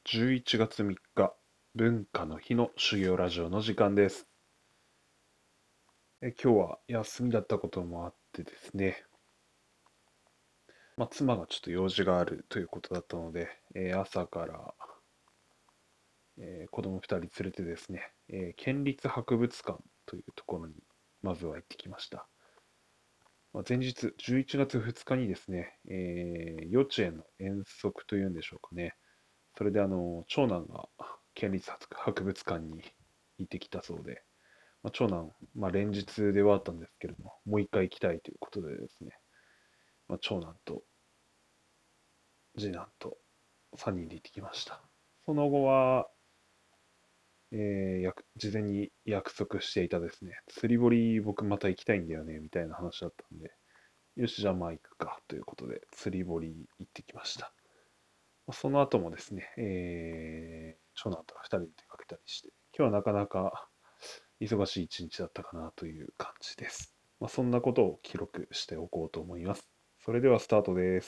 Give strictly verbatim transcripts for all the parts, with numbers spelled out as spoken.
じゅういちがつみっか、文化の日の修行ラジオの時間です。え今日は休みだったこともあってですね、まあ、妻がちょっと用事があるということだったので、えー朝から、えー子供ふたり連れてですね、えー県立博物館というところにまずは行ってきました。まあ、前日、じゅういちがつふつかにですね、えー幼稚園の遠足というんでしょうかね、それであの長男が県立博物館に行ってきたそうで、まあ、長男、まあ、連日ではあったんですけれども、もう一回行きたいということでですね、まあ、長男と次男とさんにんで行ってきました。その後は、えーやく事前に約束していたですね、釣り堀僕また行きたいんだよね、みたいな話だったんで、よし、じゃあまあ行くかということで、釣り堀行ってきました。まあその後もですね、えー長男とふたりで出かけたりして、今日はなかなか忙しい一日だったかなという感じです。まあ、そんなことを記録しておこうと思います。それではスタートです。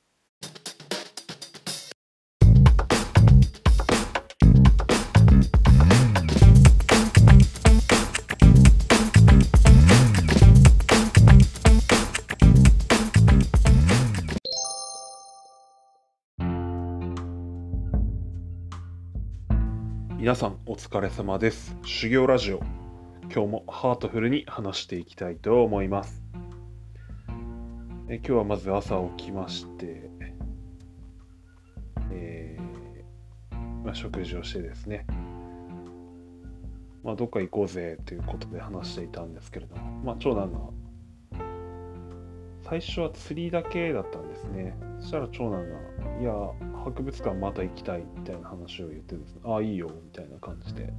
皆さんお疲れ様です。修行ラジオ。今日もハートフルに話していきたいと思います。え今日はまず朝起きまして、えーまあ、食事をしてですね、まあ、どっか行こうぜということで話していたんですけれども、まあ、長男が最初は釣りだけだったんですね。そしたら長男が、いや、博物館また行きたいみたいな話を言ってですね、ああ、いいよみたいな感じで、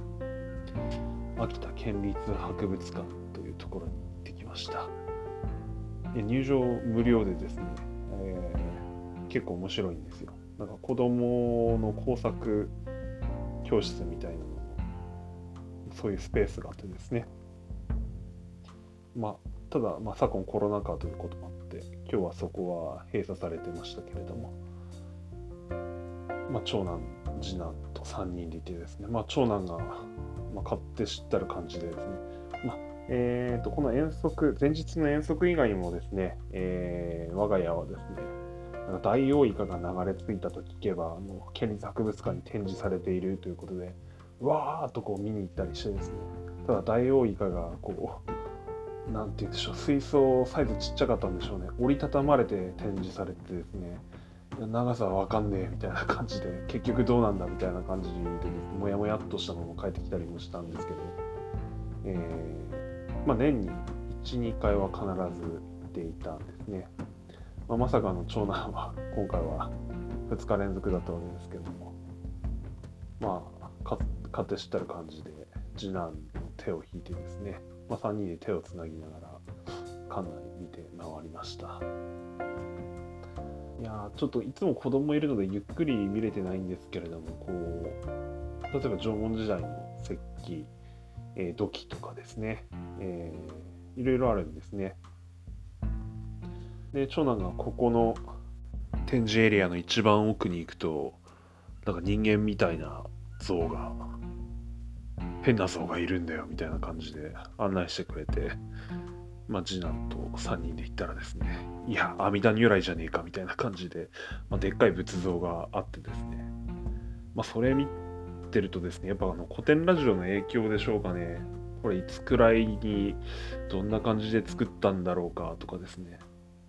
秋田県立博物館というところに行ってきました。入場無料でですね、えー結構面白いんですよ。なんか子供の工作教室みたいなのも、そういうスペースがあってですね、まあ、ただ、まあ、昨今コロナ禍ということもあって、今日はそこは閉鎖されてましたけれども、まあ、長男、次男とさんにんでいてですね、まあ、長男が、まあ、買って知ったる感じでですね、まあえー、とこの遠足、前日の遠足以外にもですね、えー我が家はですね、なんかダイオウイカが流れ着いたと聞けば、あの県立博物館に展示されているということで、わーっとこう見に行ったりしてですね、ただダイオウイカがこう、なんて言うんでしょう、水槽サイズちっちゃかったんでしょうね。折りたたまれて展示されてですね、長さはわかんねえみたいな感じで、結局どうなんだみたいな感じでですね、もやもやっとしたまま帰ってきたりもしたんですけど、えー、まあ年にいち、にかいは必ず行っていたんですね。まあ、まさかの長男は今回はふつか連続だったわけですけども、まあ、か勝手知ったる感じで次男の手を引いてですね、まあ、さんにんで手をつなぎながら館内見て回りました。いやちょっといつも子供いるのでゆっくり見れてないんですけれども、こう例えば縄文時代の石器、えー土器とかですね、えーいろいろあるんですね。で長男がここの展示エリアの一番奥に行くと、なんか人間みたいな像が、変な像がいるんだよみたいな感じで案内してくれて、まあ、次男とさんにんで行ったらですね、いや、阿弥陀如来じゃねえかみたいな感じで、まあ、でっかい仏像があってですね、まあ、それ見てるとですね、やっぱあの古典ラジオの影響でしょうかね、これいつくらいにどんな感じで作ったんだろうかとかですね、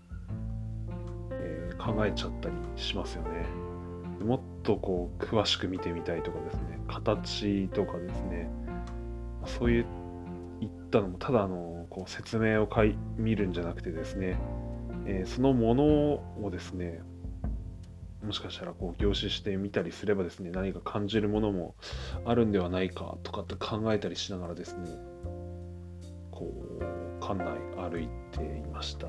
えー考えちゃったりしますよね。もっとこう詳しく見てみたいとかですね、形とかですね、そういったのもただのこう説明をかい見るんじゃなくてですね、えーそのものをですね、もしかしたらこう凝視してみたりすればですね、何か感じるものもあるんではないかとかって考えたりしながらですね、こう館内歩いていました。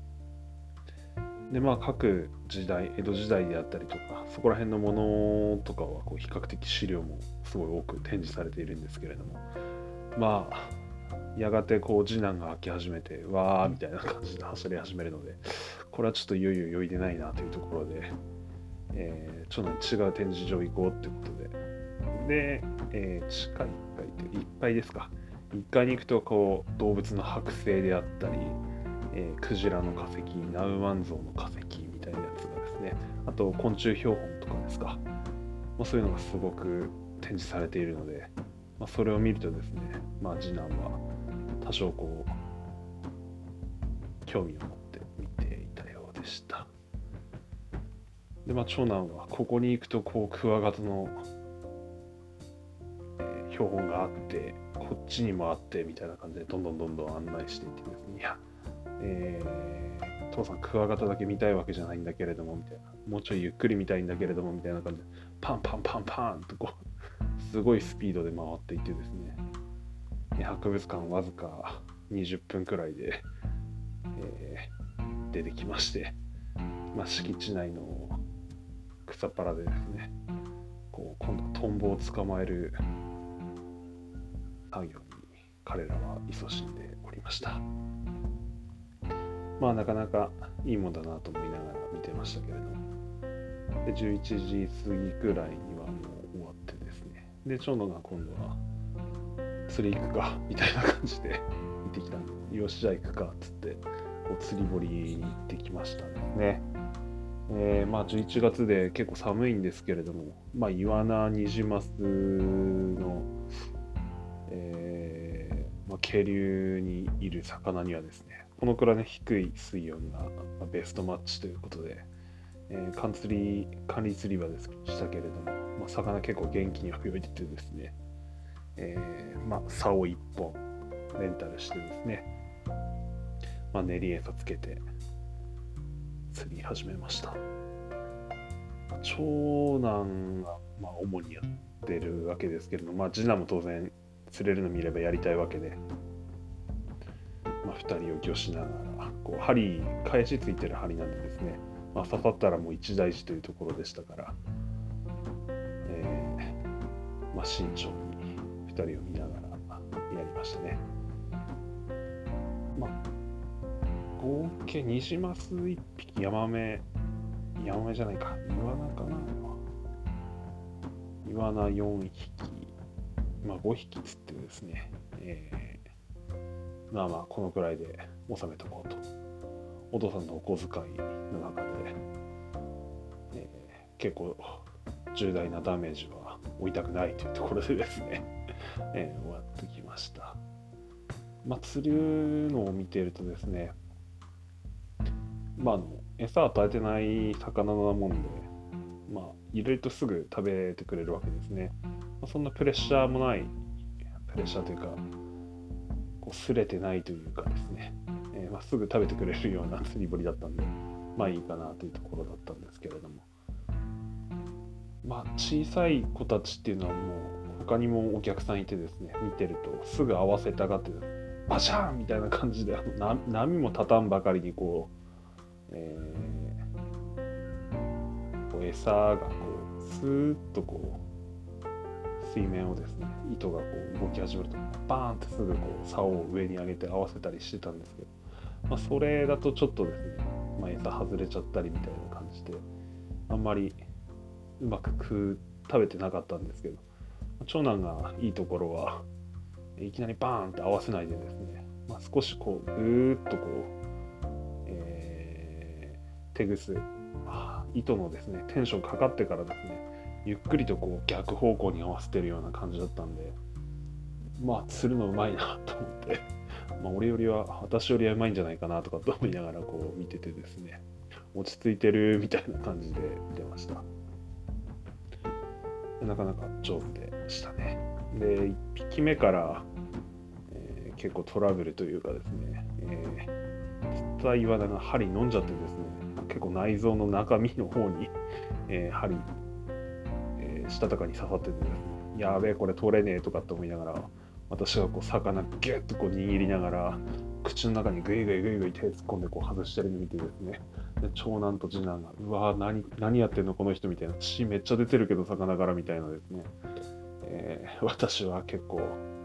でまあ各時代、江戸時代であったりとか、そこら辺のものとかはこう比較的資料もすごい多く展示されているんですけれども、まあやがてこう次男が開き始めて、わーみたいな感じで走り始めるので、これはちょっといよいよ酔いでないなというところで、 えー、長男に違う展示場行こうってことで、で、えー、地下いっかいといういっかいですか。いっかいに行くとこう動物の剥製であったり、えー、クジラの化石、ナウマンゾウの化石みたいなやつがですね、あと昆虫標本とかですか、まあ、そういうのがすごく展示されているので、まあ、それを見るとですね、まあ、次男は多少こう興味を持って見ていたようでした。で、まあ、長男はここに行くとこうクワガタの、えー標本があってこっちにもあってみたいな感じでどんどんどんどん案内していってですね、いや、えー、父さんクワガタだけ見たいわけじゃないんだけれどもみたいな、もうちょいゆっくり見たいんだけれどもみたいな感じでパンパンパンパンとこうすごいスピードで回っていってですね、博物館わずかにじゅっぷんくらいで、えー、出てきまして、まあ、敷地内の草っぱらでですね、こう今度はトンボを捕まえる作業に彼らは勤しんでおりました。まあなかなかいいもんだなと思いながら見てましたけれども、でじゅういちじ過ぎくらいにはもう終わってですね、で長男が今度は釣り行くかみたいな感じで行ってきたんで、よしじゃあ行くかっつってこう釣り堀に行ってきましたね。えー、まあじゅういちがつで結構寒いんですけれども、まあイワナ、ニジマスの、えーまあ、渓流にいる魚にはですね、このくらいの低い水温がベストマッチということで、えー、管釣り管理釣り場でしたけれども、まあ、魚結構元気に泳いでてですね、えーまあ、竿いっぽんレンタルしてですね、まあ、練り餌つけて釣り始めました。長男が、まあ、主にやってるわけですけれども、まあ、次男も当然釣れるの見ればやりたいわけで、まあ、ふたりを漁しながらこう針返しついてる針なんでですね、まあ、刺さったらもう一大事というところでしたから、えーまあ、慎重にふたりを見ながらやりましたね。まあ、合計ニジマスいっぴき、ヤマメヤマメじゃないか、イワナかな、イワナよんひき、まあごひきつってですね、えー、まあまあこのくらいで収めとこうと、お父さんのお小遣いの中で、えー、結構重大なダメージは負いたくないというところでですね、えー、終わってきました。まあ釣るのを見ているとですね、まああの餌与えてない魚なもんで、まあ入れるとすぐ食べてくれるわけですね。まあ、そんなプレッシャーもない、プレッシャーというかこう擦れてないというかですね、えーまあ、すぐ食べてくれるような釣り堀だったんで、まあいいかなというところだったんですけれども、まあ小さい子たちっていうのはもう他にもお客さんいてですね、見てるとすぐ合わせたがってバシャーンみたいな感じで、あの波も立たんばかりにこう、えー、こう餌がこうスーッとこう水面をですね、糸がこう動き始めるとバーンってすぐこう竿を上に上げて合わせたりしてたんですけど、まあ、それだとちょっとですね、まあ、餌外れちゃったりみたいな感じであんまりうまく食う食べてなかったんですけど、長男がいいところはいきなりバーンって合わせないでですね、まあ、少しこうぐーっとこう、えー、手ぐす、あ、糸のですねテンションかかってからですね、ゆっくりとこう逆方向に合わせてるような感じだったんで、まあ釣るのうまいなと思って、まあ、俺よりは私よりはうまいんじゃないかなとかと思いながらこう見ててですね、落ち着いてるみたいな感じで見てました。なかなか上手でしたね。でいっぴきめから、えー、結構トラブルというかですね、えー、釣ったイワナが針飲んじゃってですね、結構内臓の中身の方に、えー、針、えー、したたかに刺さっててですね、やべえこれ取れねえとかって思いながら、私がこう魚ギュッとこう握りながら口の中にグイグイグイグイ手突っ込んでこう外してるの見てですね、で長男と次男がうわー 何, 何やってんのこの人みたいな、血めっちゃ出てるけど魚からみたいなですね、えー、私は結構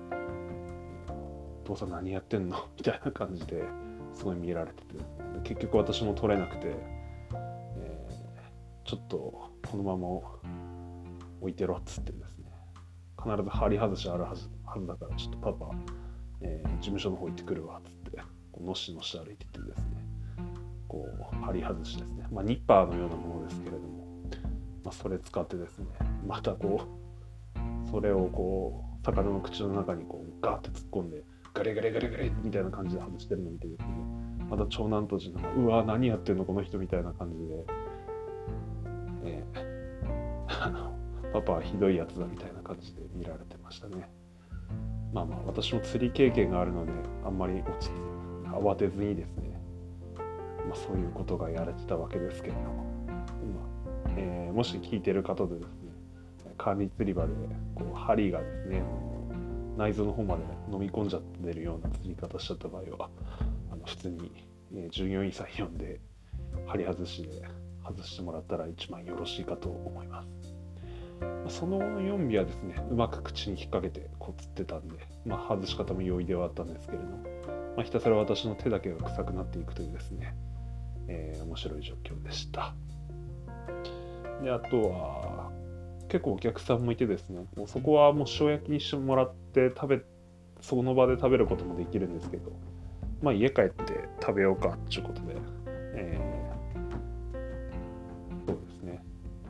父さん何やってんのみたいな感じですごい見られてて、結局私も取れなくて、えー、ちょっとこのまま置いてろっつってですね、必ず針外しあるはずはずだから、ちょっとパパ、えー、事務所の方行ってくるわっつってこうのしのし歩いてってですね、こう針外しですね、まあ、ニッパーのようなものですけれども、まあ、それ使ってですね、またこうそれをこう魚の口の中にこうガーって突っ込んでガレガレガレガレみたいな感じで外してるのを見てですね、また長男と次男がうわ何やってんのこの人みたいな感じで、えー、あのパパはひどいやつだみたいな感じで見られてましたね。まあまあ私も釣り経験があるのであんまり落ち慌てずにですね、まあ、そういうことがやれてたわけですけれども、今、えー、もし聞いてる方でですね、管理釣り場でこう針がですね内臓の方まで飲み込んじゃってるような釣り方しちゃった場合は、あの普通に、えー、従業員さん呼んで針外しで外してもらったら一番よろしいかと思います。そのよん尾はですね、うまく口に引っ掛けてこう釣ってたんで、まあ、外し方も容易ではあったんですけれども、まあ、ひたすら私の手だけが臭くなっていくというですね、えー、面白い状況でした。で、あとは結構お客さんもいてですね、もうそこはもう塩焼きにしてもらって食べその場で食べることもできるんですけど、まあ家帰って食べようかっていうことで、えー、そうですね、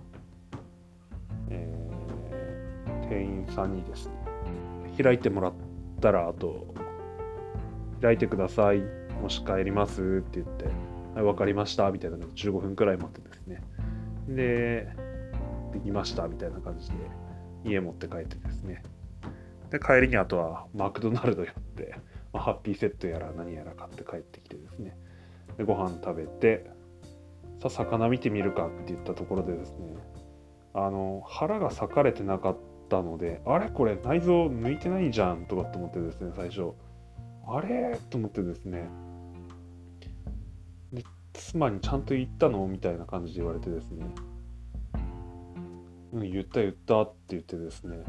えー、店員さんにですね、開いてもらったら、あと開いてください、もし帰りますって言って、はい、分かりましたみたいなのでじゅうごふんくらい待ってですね、でできましたみたいな感じで家持って帰ってですね、で帰りにあとはマクドナルド寄って、まあ、ハッピーセットやら何やら買って帰ってきてですね、でご飯食べて、さあ魚見てみるかって言ったところでですね、あの腹が裂かれてなかったので、あれこれ内臓抜いてないじゃんとかって思ってですね、最初あれと思ってですね、で妻にちゃんと言ったのみたいな感じで言われてですね、うん、言った言ったって言ってですね、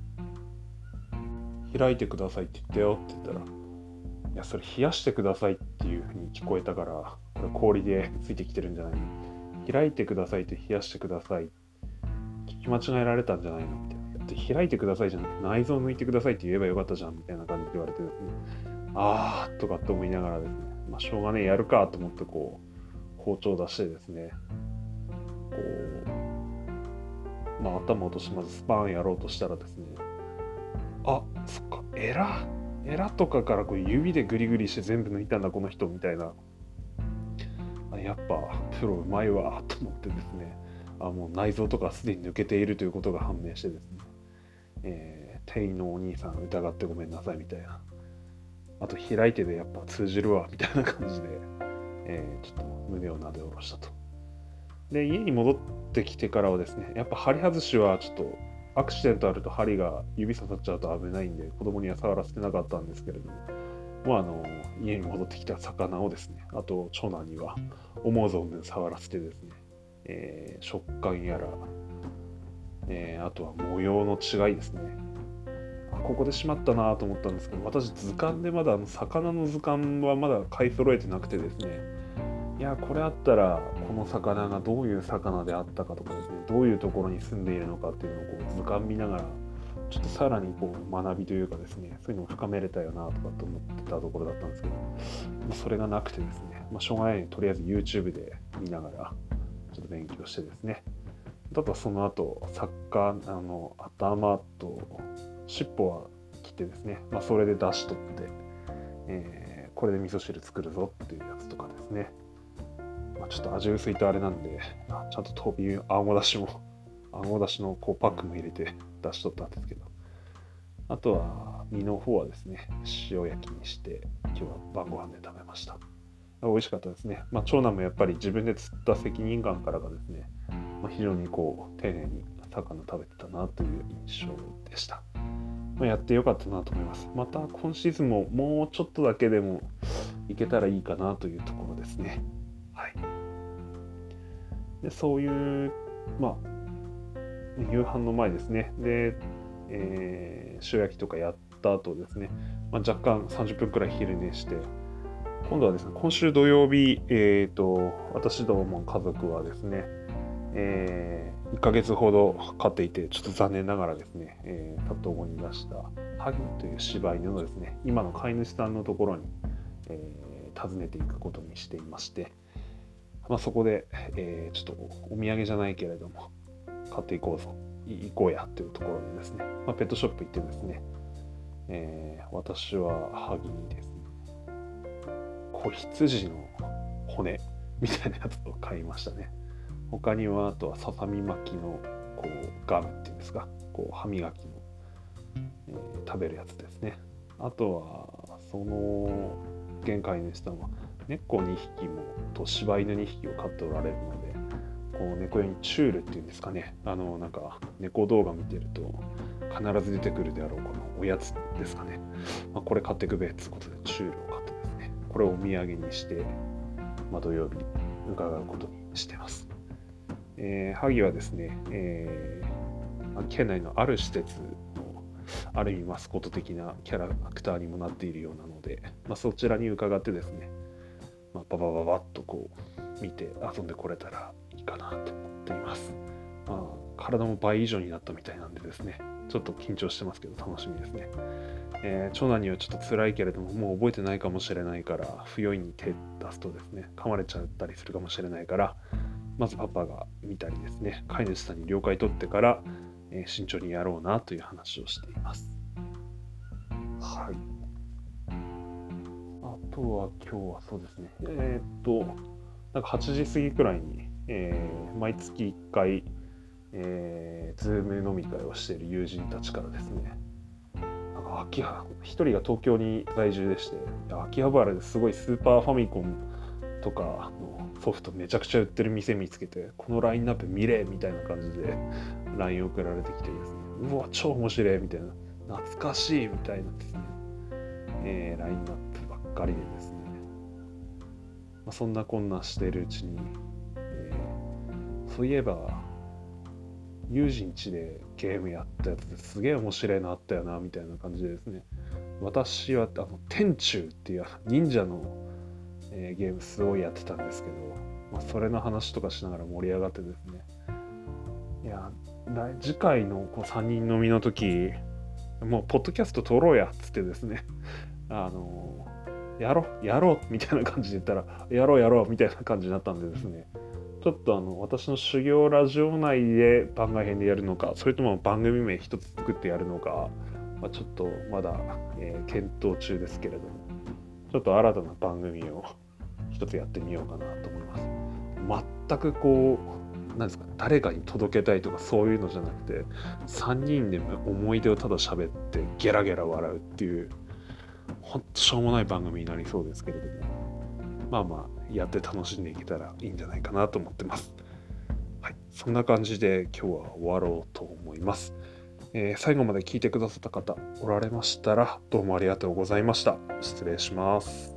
開いてくださいって言ったよって言ったら、いやそれ冷やしてくださいっていう風に聞こえたから、これ氷でついてきてるんじゃないの、開いてくださいって冷やしてください、聞き間違えられたんじゃないのみたいな、だって開いてくださいじゃなくて内臓抜いてくださいって言えばよかったじゃんみたいな感じで言われてですね、あーとかって思いながらですね、まあしょうがねえやるかと思ってこう包丁出してですね、こうまあ頭落としてまずスパーンやろうとしたらですね、あ、そっか、エラエラとかからこう指でグリグリして全部抜いたんだこの人みたいな、あやっぱプロうまいわと思ってですね、あもう内臓とかすでに抜けているということが判明してですね、えー、店員のお兄さん疑ってごめんなさいみたいな、あと開いてでやっぱ通じるわみたいな感じで、えー、ちょっと胸をなで下ろしたと。で家に戻ってきてからはですね、やっぱ針外しはちょっとアクシデントあると針が指刺さっちゃうと危ないんで子供には触らせてなかったんですけれども、もうあの家に戻ってきた魚をですね、あと長男には思う存分触らせてですね、えー、食感やら、えー、あとは模様の違いですね、ここでしまったなと思ったんですけど、私図鑑でまだあの魚の図鑑はまだ買い揃えてなくてですね、いやこれあったらこの魚がどういう魚であったかとかですね、どういうところに住んでいるのかっていうのをこう図鑑見ながらちょっとさらにこう学びというかですね、そういうのを深めれたよなとかと思ってたところだったんですけど、それがなくてですね、まあ、しょうがないようにとりあえず YouTube で見ながらちょっと勉強してですね、あとはその後サッカーあの頭と尻尾は切ってですね、まあ、それで出し取って、えー、これで味噌汁作るぞっていうやつとかですね、まあ、ちょっと味薄いとあれなんで、ちゃんと豆腐、あごだしも、あごだしのこうパックも入れて出し取ったんですけど、あとは身の方はですね、塩焼きにして今日は晩ご飯で食べました。美味しかったですね。まあ、長男もやっぱり自分で釣った責任感からがですね、まあ、非常にこう丁寧に魚食べてたなという印象でした。まあ、やってよかったなと思います。また今シーズンももうちょっとだけでもいけたらいいかなというところですね。はい。でそういう、まあ、夕飯の前ですね。で、えー、塩焼きとかやった後ですね、まあ、若干さんじゅっぷんくらい昼寝して、今度はですね、今週土曜日、えーと、私ども家族はですね、 えー、いっかげつほど飼っていて、ちょっと残念ながらですね、えー、多頭後に出したハギという柴犬のですね、今の飼い主さんのところに、えー、訪ねていくことにしていまして、まあ、そこで、えー、ちょっとお土産じゃないけれども買っていこうぞ行こうやというところでですね、まあ、ペットショップ行ってですね、えー、私はハギにですね、子羊の骨みたいなやつを買いましたね。他にはあとはささみ巻きのこうガムっていうんですか、こう歯磨きの、えー、食べるやつですね。あとはその現飼い主さんは猫にひきもと柴犬にひきを飼っておられるので、こう猫用にチュールっていうんですかね、あのなんか猫動画見てると必ず出てくるであろうこのおやつですかね、まあ、これ買ってくべってことでチュールを買ってですね、これをお土産にして、まあ、土曜日に伺うことにしてます。えー、萩はですね、えー、県内のある施設のある意味マスコット的なキャラクターにもなっているようなので、まあ、そちらに伺ってですね、まあ、ババババッとこう見て遊んでこれたらいいかなと思っています。まあ、体も倍以上になったみたいなんでですね、ちょっと緊張してますけど楽しみですね。えー、長男にはちょっと辛いけれども、もう覚えてないかもしれないから、不用意に手出すとですね、噛まれちゃったりするかもしれないから、まずパパが見たりですね、飼い主さんに了解取ってから、えー、慎重にやろうなという話をしています。はい。あとは今日はそうですね、えー、っと、なんかはちじ過ぎくらいに、えー、毎月いっかい、えー、ズーム飲み会をしている友人たちからですね、なんか秋葉、一人が東京に在住でして、秋葉原ですごいスーパーファミコンとかのソフトめちゃくちゃ売ってる店見つけて、このラインナップ見れみたいな感じで ライン 送られてきてですね、うわ超面白いみたいな、懐かしいみたいなですね、えー、ラインナップばっかりでですね、まあ、そんなこんなしているうちに、えー、そういえば友人家でゲームやったやつですげえ面白いのあったよなみたいな感じでですね、私はあの天柱っていう忍者の、えー、ゲームすごいやってたんですけど、まあ、それの話とかしながら盛り上がってですね、いや次回のこうさんにん飲みの時もうポッドキャスト撮ろうやっつってですね、あのやろうやろうみたいな感じで言ったらやろうやろうみたいな感じになったんでですね、ちょっとあの私の修行ラジオ内で番外編でやるのか、それとも番組名一つ作ってやるのか、まあ、ちょっとまだ、えー、検討中ですけれども、ちょっと新たな番組を一つやってみようかなと思います。全くこうなんですか、誰かに届けたいとかそういうのじゃなくて、さんにんで思い出をただ喋ってゲラゲラ笑うっていうほんとしょうもない番組になりそうですけれども、まあまあやって楽しんでいけたらいいんじゃないかなと思ってます。はい、そんな感じで今日は終わろうと思います。えー、最後まで聞いてくださった方おられましたらどうもありがとうございました。失礼します。